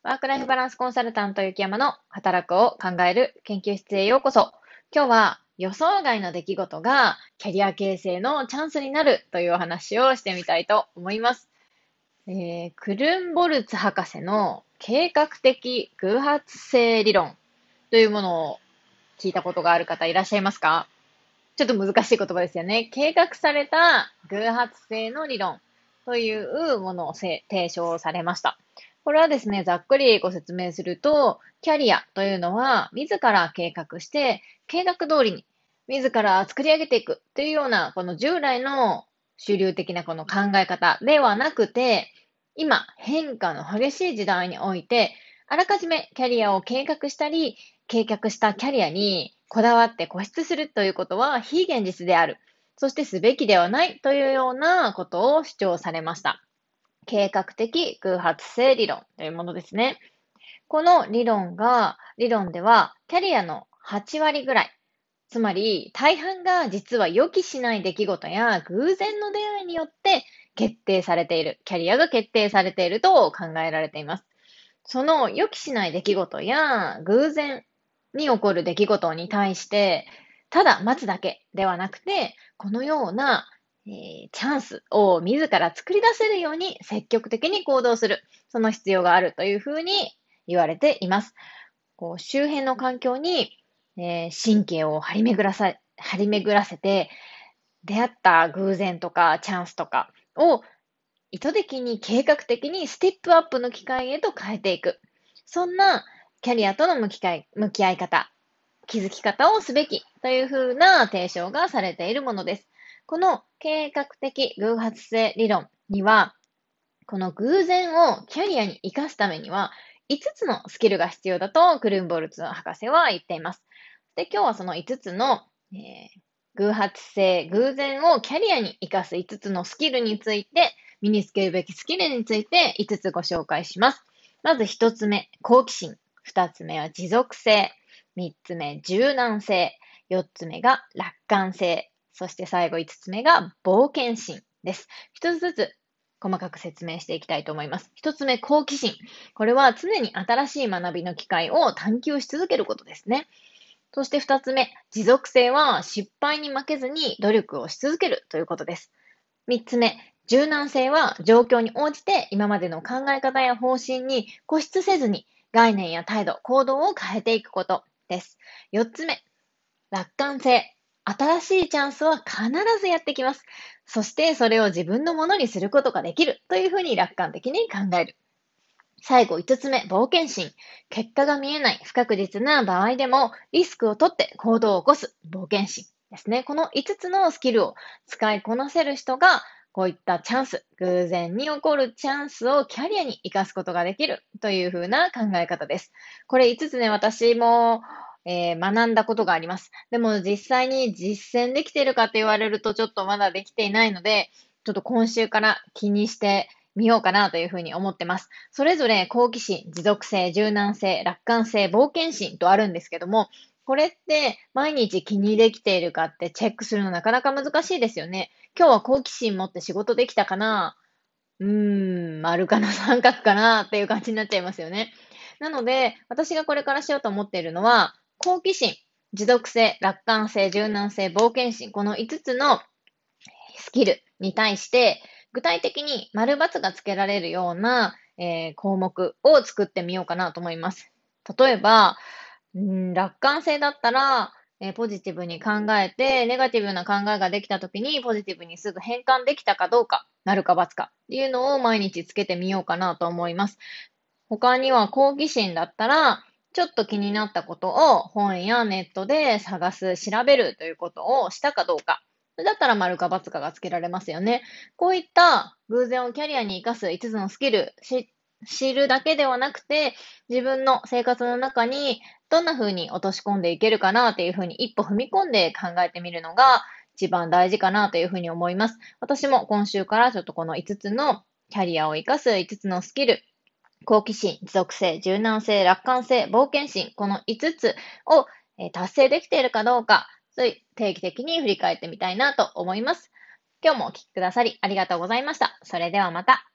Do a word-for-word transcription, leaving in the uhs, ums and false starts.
ワークライフバランスコンサルタント雪山の働くを考える研究室へようこそ。今日は予想外の出来事がキャリア形成のチャンスになるというお話をしてみたいと思います。えー、クルンボルツ博士の計画的偶発性理論というものを聞いたことがある方いらっしゃいますか？ちょっと難しい言葉ですよね。計画された偶発性の理論というものを提唱されました。これはですね、ざっくりご説明すると、キャリアというのは自ら計画して、計画通りに自ら作り上げていくというような、この従来の主流的なこの考え方ではなくて、今変化の激しい時代において、あらかじめキャリアを計画したり、計画したキャリアにこだわって固執するということは非現実である。そしてすべきではないというようなことを主張されました。計画的偶発性理論というものですね。この理論が、理論ではキャリアのはちわりぐらい、つまり大半が実は予期しない出来事や偶然の出会いによって決定されている、キャリアが決定されていると考えられています。その予期しない出来事や偶然に起こる出来事に対して、ただ待つだけではなくて、このような、えーチャンスを自ら作り出せるように積極的に行動する、その必要があるというふうに言われています。こう周辺の環境に、えー神経を張り巡らさ、張り巡らせて、出会った偶然とかチャンスとかを意図的に計画的にステップアップの機会へと変えていく。そんなキャリアとの向き合い向き合い方、気づき方をすべきというふうな提唱がされているものです。この計画的偶発性理論には、この偶然をキャリアに活かすためには、いつつのスキルが必要だとクルンボルツ博士は言っています。で、今日はそのいつつの、えー偶発性、偶然をキャリアに活かすいつつのスキルについて、身につけるべきスキルについていつつご紹介します。まずひとつめ、好奇心。ふたつめは持続性。みっつめ、柔軟性。よっつめが楽観性。そして最後いつつめが冒険心です。一つずつ細かく説明していきたいと思います。一つ目、好奇心。これは常に新しい学びの機会を探求し続けることですね。そして二つ目、持続性は失敗に負けずに努力をし続けるということです。三つ目、柔軟性は状況に応じて今までの考え方や方針に固執せずに概念や態度、行動を変えていくことです。四つ目、楽観性。新しいチャンスは必ずやってきます。そしてそれを自分のものにすることができるというふうに楽観的に考える。最後、五つ目、冒険心。結果が見えない不確実な場合でも、リスクを取って行動を起こす冒険心ですね。この五つのスキルを使いこなせる人が、こういったチャンス、偶然に起こるチャンスをキャリアに活かすことができるというふうな考え方です。これ五つね、私も、えー学んだことがあります。でも実際に実践できているかって言われるとちょっとまだできていないので、ちょっと今週から気にしてみようかなというふうに思ってます。それぞれ好奇心、持続性、柔軟性、楽観性、冒険心とあるんですけども、これって毎日気にできているかってチェックするのなかなか難しいですよね。今日は好奇心持って仕事できたかな？うーん、丸かな三角かなっていう感じになっちゃいますよね。なので、私がこれからしようと思っているのは、好奇心、持続性、楽観性、柔軟性、冒険心、このいつつのスキルに対して、具体的に丸×がつけられるような、えー項目を作ってみようかなと思います。例えば、うん、楽観性だったら、えーポジティブに考えて、ネガティブな考えができたときに、ポジティブにすぐ変換できたかどうか、なるか×かっていうのを毎日つけてみようかなと思います。他には好奇心だったら、ちょっと気になったことを本やネットで探す、調べるということをしたかどうか。だったら丸か×かがつけられますよね。こういった偶然をキャリアに活かすいつつのスキル、し知るだけではなくて、自分の生活の中にどんな風に落とし込んでいけるかなっていう風に一歩踏み込んで考えてみるのが一番大事かなという風に思います。私も今週からちょっとこのいつつのキャリアを活かすいつつのスキル、好奇心、持続性、柔軟性、楽観性、冒険心、このいつつをえー達成できているかどうか、そういう定期的に振り返ってみたいなと思います。今日もお聞きくださりありがとうございました。それではまた。